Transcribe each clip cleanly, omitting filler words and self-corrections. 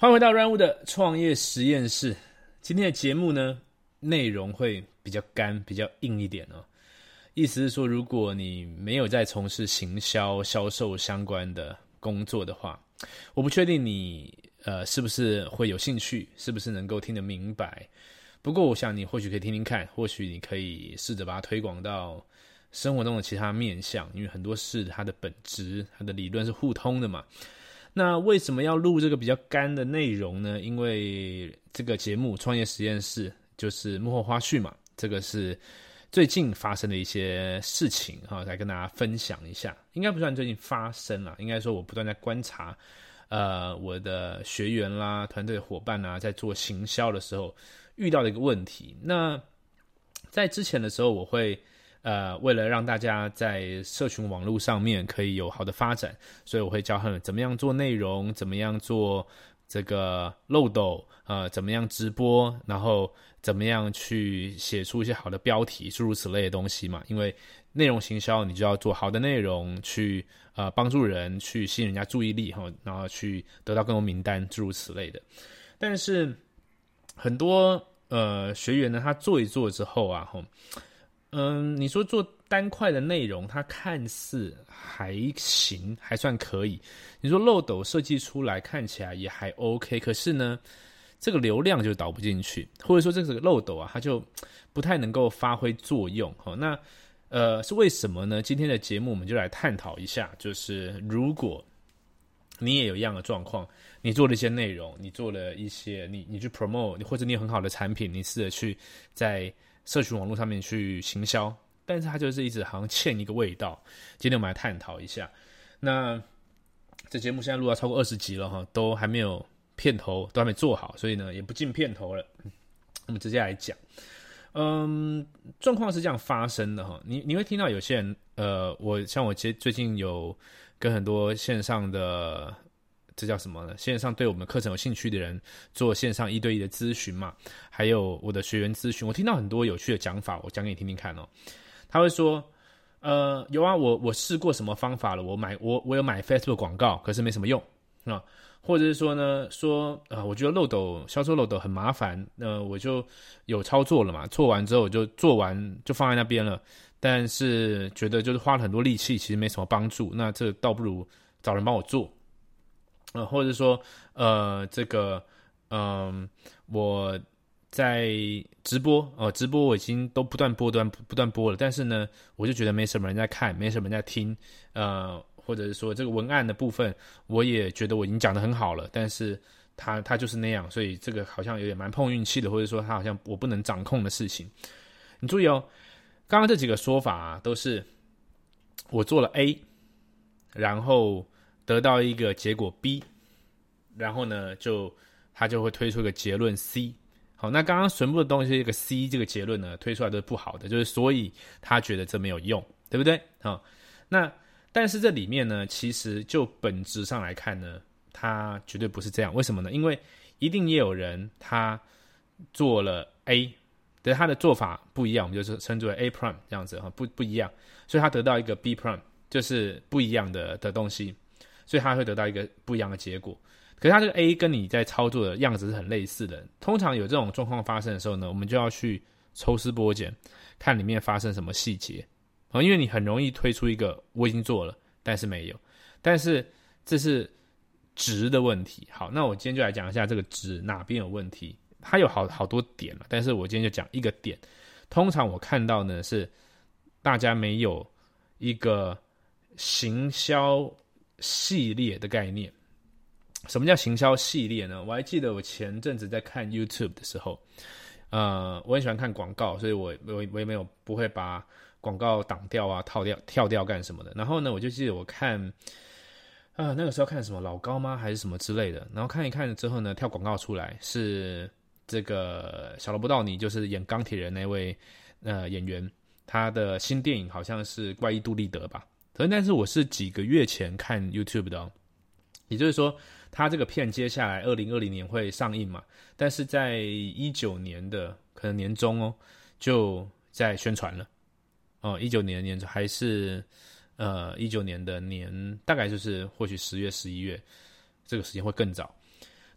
欢迎回到 Run 的创业实验室。今天的节目呢，内容会比较干、比较硬一点哦。意思是说，如果你没有在从事行销、销售相关的工作的话，我不确定你是不是会有兴趣，是不是能够听得明白。不过，我想你或许可以听听看，或许你可以试着把它推广到生活中的其他面向，因为很多事它的本质、它的理论是互通的嘛。那为什么要录这个比较干的内容呢？因为这个节目创业实验室就是幕后花絮嘛，这个是最近发生的一些事情来跟大家分享一下。应该不算最近发生啦，应该说我不断在观察我的学员啦、团队伙伴啊，在做行销的时候遇到的一个问题。那在之前的时候，我会为了让大家在社群网络上面可以有好的发展，所以我会教他们怎么样做内容，怎么样做这个漏斗，怎么样直播，然后怎么样去写出一些好的标题，诸如此类的东西嘛。因为内容行销，你就要做好的内容，去帮助人，去吸引人家注意力，然后去得到更多名单，诸如此类的。但是很多学员呢，他做一做之后啊，你说做单块的内容，它看似还行，还算可以。你说漏斗设计出来看起来也还 OK， 可是呢，这个流量就导不进去，或者说这个漏斗啊，它就不太能够发挥作用。那是为什么呢？今天的节目我们就来探讨一下，就是如果你也有一样的状况，你做了一些内容，你做了一些你去 promote， 或者你有很好的产品，你试着去在社群网络上面去行销，但是它就是一直好像欠一个味道。今天我们来探讨一下。那这节目现在录到超过20集了哈，都还没有片头，都还没做好，所以呢也不进片头了。我们直接来讲。状况是这样发生的哈，你会听到有些人，我最近有跟很多线上的，这叫什么呢？线上对我们课程有兴趣的人做线上1对1的咨询嘛，还有我的学员咨询，我听到很多有趣的讲法，我讲给你听听看哦。他会说，有啊，我试过什么方法了，我有买 Facebook 广告，可是没什么用啊。或者是说呢，我觉得销售漏斗很麻烦，我就有操作了嘛，做完之后我就做完就放在那边了，但是觉得就是花了很多力气，其实没什么帮助，那这倒不如找人帮我做，或者说我在直播我已经都不断播了，但是呢，我就觉得没什么人在看，没什么人在听，或者是说这个文案的部分，我也觉得我已经讲得很好了，但是它就是那样，所以这个好像有点蛮碰运气的，或者说它好像我不能掌控的事情。你注意哦，刚刚这几个说法啊，都是我做了 A， 然后得到一个结果 B， 然后呢它就会推出一个结论 C。好，那刚刚全部的东西，这个 C 这个结论呢，推出来都是不好的，就是所以他觉得这没有用，对不对？但是这里面呢，其实就本质上来看呢，它绝对不是这样。为什么呢？因为一定也有人他做了 A， 但他的做法不一样，我们就是称之为 A prime 这样子不一样，所以他得到一个 B prime， 就是不一样的东西，所以他会得到一个不一样的结果。可是他这个 A 跟你在操作的样子是很类似的。通常有这种状况发生的时候呢，我们就要去抽丝剥茧，看里面发生什么细节。因为你很容易推出一个我已经做了，但是没有，但是这是值的问题。好，那我今天就来讲一下这个值哪边有问题。它有好多点了，但是我今天就讲一个点。通常我看到呢是大家没有一个行销系列的概念。什么叫行销系列呢？我还记得我前阵子在看 YouTube 的时候，我很喜欢看广告，所以我也不会把广告挡掉啊、跳掉干什么的。然后呢，我就记得我看那个时候看什么老高吗还是什么之类的，然后看一看之后呢，跳广告出来是这个小罗伯道尼，就是演钢铁人那位演员，他的新电影好像是怪医杜立德吧。但是我是几个月前看 YouTube 的哦，也就是说他这个片接下来2020年会上映嘛，但是在19年的可能年中就在宣传了。19年的年中还是19年的年，大概就是或许10月11月，这个时间会更早。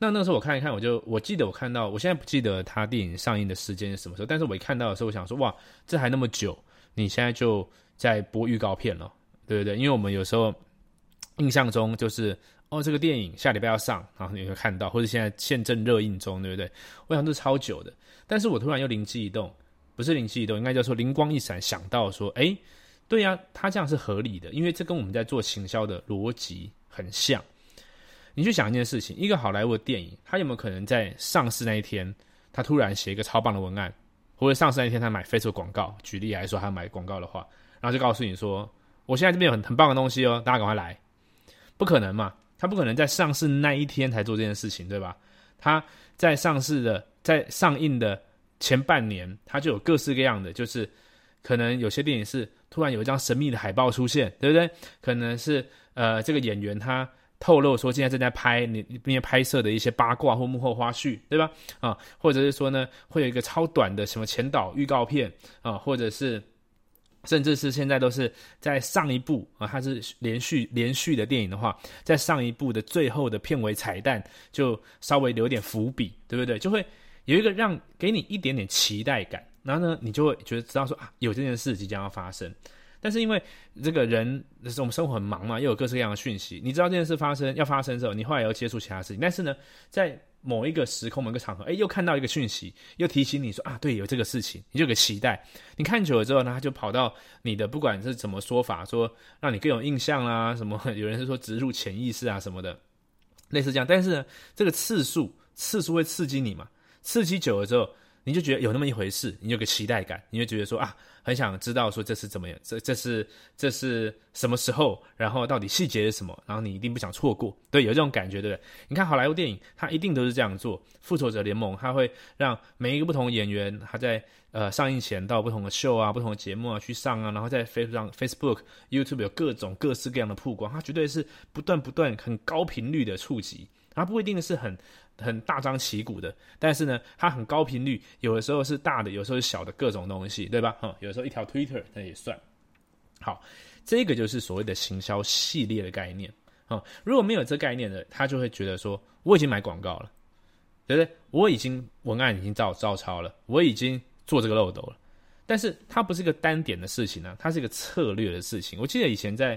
那个时候我看一看，我记得我看到，我现在不记得他电影上映的时间是什么时候，但是我一看到的时候，我想说，哇，这还那么久，你现在就在播预告片了，对不对？因为我们有时候印象中就是这个电影下礼拜要上，然后你会看到，或者现正热映中，对不对？我想这超久的，但是我突然又灵机一动，不是灵机一动，应该叫说灵光一闪，想到说，对啊，他这样是合理的，因为这跟我们在做行销的逻辑很像。你去想一件事情，一个好莱坞的电影，他有没有可能在上市那一天，他突然写一个超棒的文案，或者上市那一天他买 Facebook 广告，举例来说，他买广告的话，然后就告诉你说，我现在这边有很棒的东西哦，大家赶快来。不可能嘛，他不可能在上市那一天才做这件事情，对吧？他在上映的前半年，他就有各式各样的，就是可能有些电影是突然有一张神秘的海报出现，对不对？可能是这个演员他透露说现在正在拍并且拍摄的一些八卦或幕后花絮，对吧？或者是说呢，会有一个超短的什么前导预告片或者是甚至是现在都是在上一部它是连续的电影的话，在上一部的最后的片尾彩蛋就稍微留点伏笔，对不对？就会有一个给你一点点期待感，然后呢，你就会知道说有这件事即将要发生。但是因为这个人，我们生活很忙嘛，又有各式各样的讯息，你知道这件事要发生之后，你后来要接触其他事情，但是呢，在某一个时空、某一个场合，又看到一个讯息，又提醒你说对，有这个事情，你就有个期待。你看久了之后呢，他就跑到你的不管是怎么说法，说让你更有印象啦，什么有人是说植入潜意识啊什么的，类似这样。但是呢，这个次数会刺激你嘛，刺激久了之后，你就觉得有那么一回事，你有个期待感，你就觉得说很想知道说这是怎么样，这是什么时候，然后到底细节是什么，然后你一定不想错过，对，有这种感觉，对不对？你看好莱坞电影，它一定都是这样做。复仇者联盟，它会让每一个不同的演员，他在上映前到不同的秀啊、不同的节目啊去上啊，然后在 Facebook、YouTube 有各式各样的曝光，它绝对是不断很高频率的触及，它不一定是很大张旗鼓的，但是呢，它很高频率，有的时候是大的，有时候是小的各种东西，对吧？有的时候一条 Twitter 那也算。好，这个就是所谓的行销系列的概念。如果没有这概念的，他就会觉得说，我已经买广告了，对不对？我已经文案已经照抄了，我已经做这个漏斗了。但是它不是一个单点的事情啊，它是一个策略的事情。我记得以前在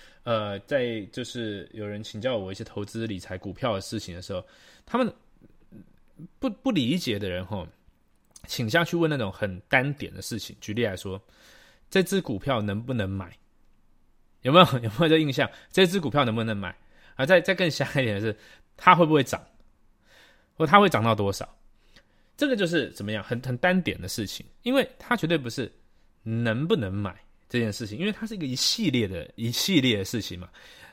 就是有人请教我一些投资理财股票的事情的时候，他们不理解的人倾向去问那种很单点的事情。举例来说，这只股票能不能买？有没有这印象？这只股票能不能买？再更狭一点的是，它会不会涨？或它会涨到多少？这个就是怎么样很单点的事情，因为它绝对不是能不能买这件事情，因为它是一系列的事情嘛。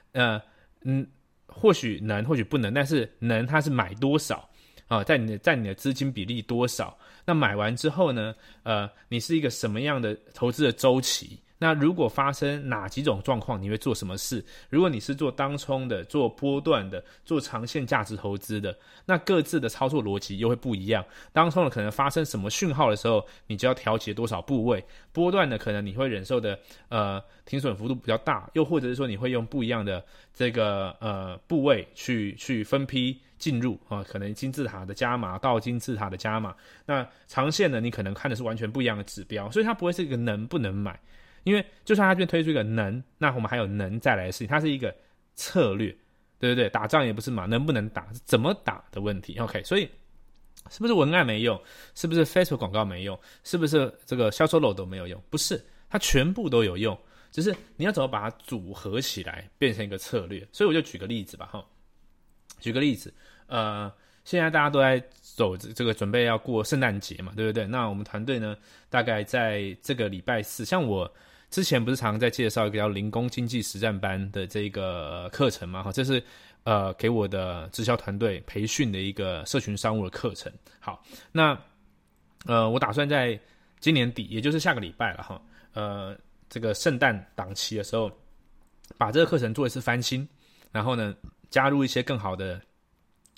或许能，或许不能，但是能它是买多少在你的资金比例多少？那买完之后呢？你是一个什么样的投资的周期？那如果发生哪几种状况，你会做什么事？如果你是做当冲的、做波段的、做长线价值投资的，那各自的操作逻辑又会不一样。当冲的可能发生什么讯号的时候，你就要调节多少部位；波段的可能你会忍受的停损幅度比较大，又或者是说你会用不一样的这个部位去分批进入可能金字塔的加码到金字塔的加码。那长线呢，你可能看的是完全不一样的指标，所以它不会是一个能不能买。因为就算他这边推出一个能，那我们还有能再来的事情，它是一个策略，对不对？打仗也不是嘛，能不能打，怎么打的问题。OK， 所以是不是文案没用？是不是 Facebook 广告没用？是不是这个销售漏斗没有用？不是，它全部都有用，只是你要怎么把它组合起来变成一个策略。所以我就举个例子吧，举个例子，现在大家都在走这个准备要过圣诞节嘛，对不对？那我们团队呢，大概在这个礼拜四，像我之前不是常在介绍一个叫零工经济实战班的这个课程嘛，这是给我的直销团队培训的一个社群商务的课程。好，那我打算在今年底，也就是下个礼拜了这个圣诞档期的时候，把这个课程做一次翻新，然后呢，加入一些更好的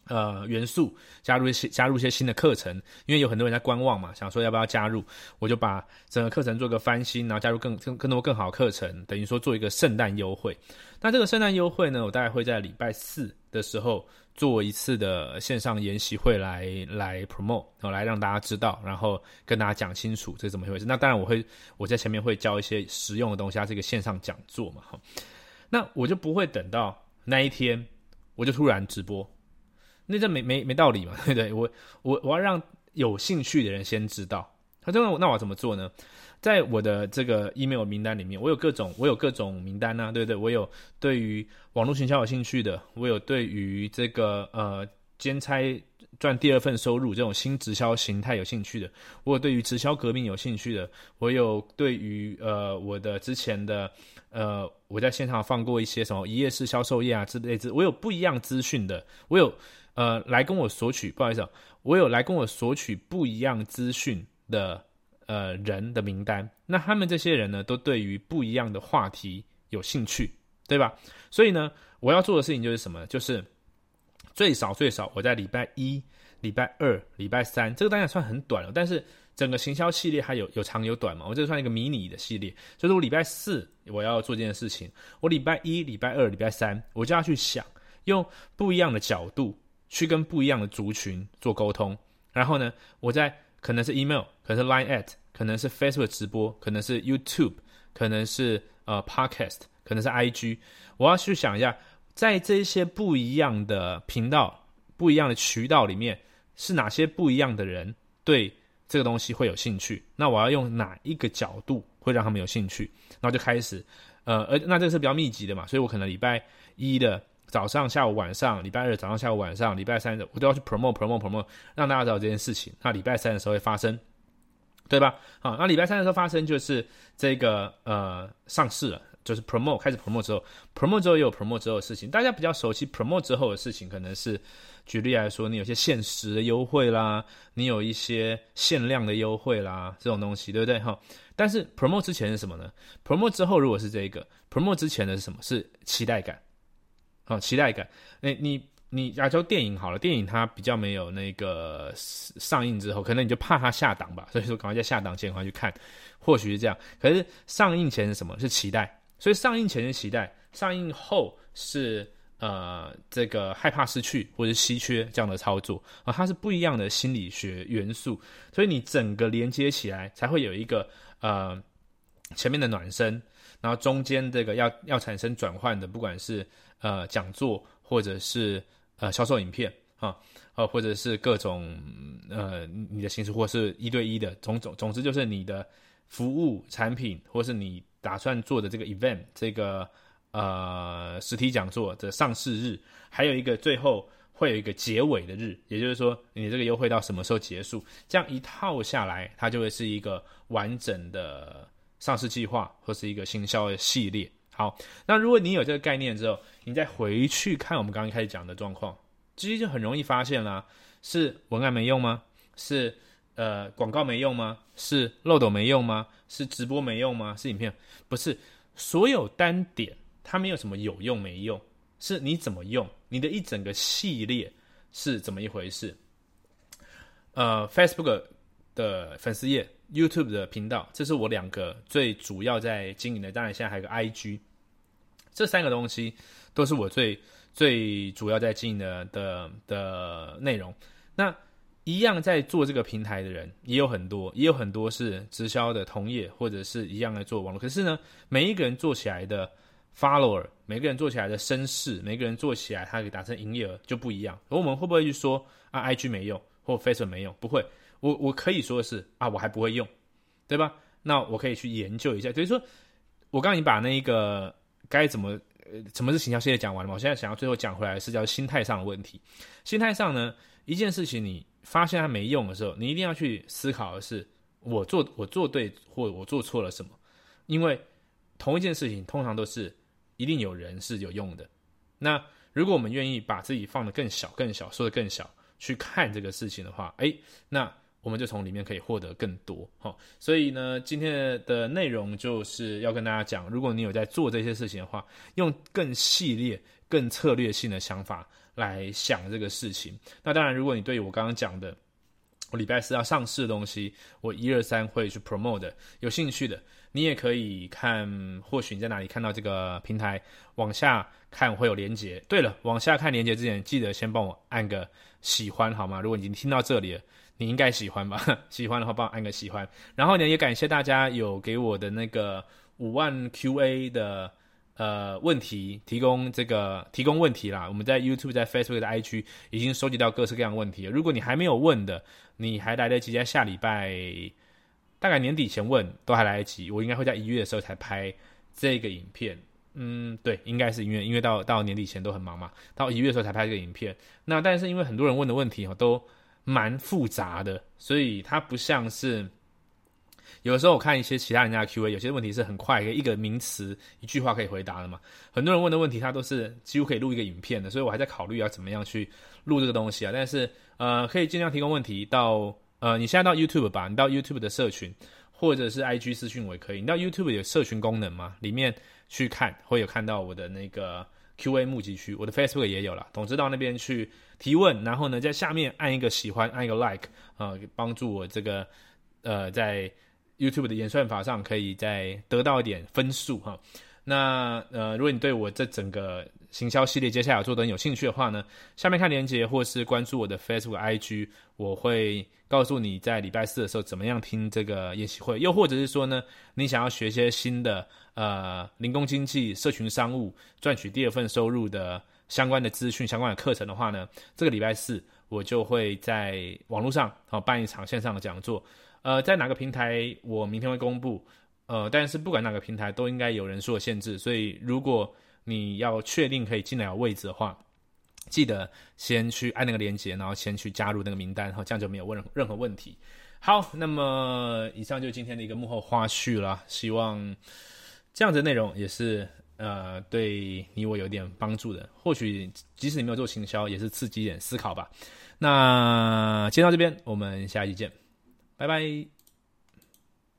元素，加入一些新的课程，因为有很多人在观望嘛，想说要不要加入，我就把整个课程做个翻新，然后加入更多更好的课程，等于说做一个圣诞优惠。那这个圣诞优惠呢，我大概会在礼拜4的时候做一次的线上研习会来 promote， 来让大家知道，然后跟大家讲清楚这是怎么回事。那当然我在前面会教一些实用的东西，它是一个线上讲座嘛，那我就不会等到那一天我就突然直播。那这没道理嘛，对不对？我要让有兴趣的人先知道。那我要怎么做呢？在我的这个 email 名单里面，我有各种名单啊，对不对？我有对于网络行销有兴趣的，我有对于这个兼差赚第二份收入这种新直销形态有兴趣的，我有对于直销革命有兴趣的，我有对于我的之前的我在现场放过一些什么一页式销售页啊之类的，我有不一样资讯的，我有来跟我索取，不好意思我有来跟我索取不一样资讯的人的名单。那他们这些人呢，都对于不一样的话题有兴趣，对吧？所以呢，我要做的事情就是什么呢？就是最少我在礼拜1、礼拜2、礼拜3，这个当然算很短了，但是整个行销系列它有长有短嘛，我这个算一个迷你的系列。就是我礼拜4我要做这件事情，我礼拜1、礼拜2、礼拜3我就要去想，用不一样的角度去跟不一样的族群做沟通。然后呢，我在可能是 email， 可能是 line@ 可能是 Facebook 直播，可能是 YouTube， 可能是podcast， 可能是 IG， 我要去想一下，在这些不一样的频道、不一样的渠道里面，是哪些不一样的人对这个东西会有兴趣？那我要用哪一个角度会让他们有兴趣？然后就开始，那这个是比较密集的嘛，所以我可能礼拜1的早上、下午、晚上，礼拜2早上、下午、晚上，礼拜3的我都要去 promote， 让大家知道这件事情。那礼拜3的时候会发生，对吧？好，那礼拜3的时候发生就是这个上市了。就是 开始 promote 之后也有 promote 之后的事情。大家比较熟悉 promote 之后的事情，可能是举例来说，你有些限时的优惠啦，你有一些限量的优惠啦，这种东西，对不对？但是 promote 之前是什么呢？ promote 之后如果是这个 promote 之前的是什么？是期待感。期待感。你亚洲电影好了，电影它比较没有那个上映之后，可能你就怕它下档吧，所以说赶快在下档前赶快去看，或许是这样。可是上映前是什么？是期待。所以上映前是期待，上映后是这个害怕失去或者稀缺这样的操作啊，它是不一样的心理学元素，所以你整个连接起来才会有一个前面的暖身，然后中间这个要产生转换的，不管是讲座或者是销售影片或者是各种你的形式，或是1对1的总之就是你的服务产品，或是你打算做的这个 event， 这个实体讲座的上市日，还有一个最后会有一个结尾的日，也就是说你这个优惠到什么时候结束，这样一套下来，它就会是一个完整的上市计划或是一个行销的系列。好，那如果你有这个概念之后，你再回去看我们刚刚开始讲的状况，其实就很容易发现啦，是文案没用吗？是广告没用吗？是漏斗没用吗？是直播没用吗？是影片？不是，所有单点它没有什么有用没用，是你怎么用，你的一整个系列是怎么一回事。Facebook 的粉丝页， YouTube 的频道，这是我2个最主要在经营的，当然现在还有个 IG， 这3个东西都是我最主要在经营的内容。那一样在做这个平台的人也有很多是直销的同业，或者是一样在做网络。可是呢，每一个人做起来的 follower， 每个人做起来的声势，每个人做起来他可以达成营业额就不一样。而我们会不会去说IG 没用或 Facebook 没用？不会，我可以说的是我还不会用，对吧？那我可以去研究一下。所以说我刚刚已经把那个该怎么什么是行销系列讲完了嘛，我现在想要最后讲回来是叫心态上的问题。心态上呢，一件事情你发现它没用的时候，你一定要去思考的是我做对或我做错了什么。因为同一件事情通常都是一定有人是有用的。那如果我们愿意把自己放得更小说得更小去看这个事情的话，那我们就从里面可以获得更多。所以呢，今天的内容就是要跟大家讲，如果你有在做这些事情的话，用更系列更策略性的想法来想这个事情。那当然，如果你对我刚刚讲的我礼拜四要上市的东西，我1、2、3会去 promote 的，有兴趣的，你也可以看，或许你在哪里看到这个平台，往下看会有连结。对了，往下看连结之前，记得先帮我按个喜欢好吗？如果你已经听到这里了，你应该喜欢吧？喜欢的话帮我按个喜欢。然后呢，也感谢大家有给我的那个5万 QA 的问题提供问题啦。我们在 YouTube 在 Facebook 的 IG 已经收集到各式各样的问题了。如果你还没有问的，你还来得及在下礼拜大概年底前问都还来得及。我应该会在1月的时候才拍这个影片。对，应该是因为到年底前都很忙嘛，到1月的时候才拍这个影片。那但是因为很多人问的问题都蛮复杂的，所以它不像是有的时候我看一些其他人家的 QA， 有些问题是很快一个名词一句话可以回答的嘛。很多人问的问题它都是几乎可以录一个影片的，所以我还在考虑要怎么样去录这个东西啊。但是可以尽量提供问题到你现在到 YouTube 吧，你到 YouTube 的社群或者是 IG 私讯我也可以。你到 YouTube 有社群功能嘛，里面去看会有看到我的那个 QA 募集区，我的 Facebook 也有啦。总之到那边去提问，然后呢在下面按一个喜欢，按一个 like 帮助我这个在YouTube 的演算法上可以再得到一点分数哈。那如果你对我这整个行销系列接下来做的有兴趣的话呢，下面看连结或是关注我的 Facebook IG， 我会告诉你在礼拜四的时候怎么样听这个研习会。又或者是说呢，你想要学一些新的零工经济、社群商务、赚取第二份收入的相关的资讯、相关的课程的话呢，这个礼拜四我就会在网络上办一场线上的讲座。在哪个平台我明天会公布，但是不管哪个平台都应该有人数的限制，所以如果你要确定可以进来有位置的话，记得先去按那个连结，然后先去加入那个名单，这样就没有任何问题。好，那么以上就是今天的一个幕后花絮啦，希望这样子的内容也是对你我有点帮助的，或许即使你没有做行销，也是刺激一点思考吧。那今天到这边，我们下一集见。拜拜。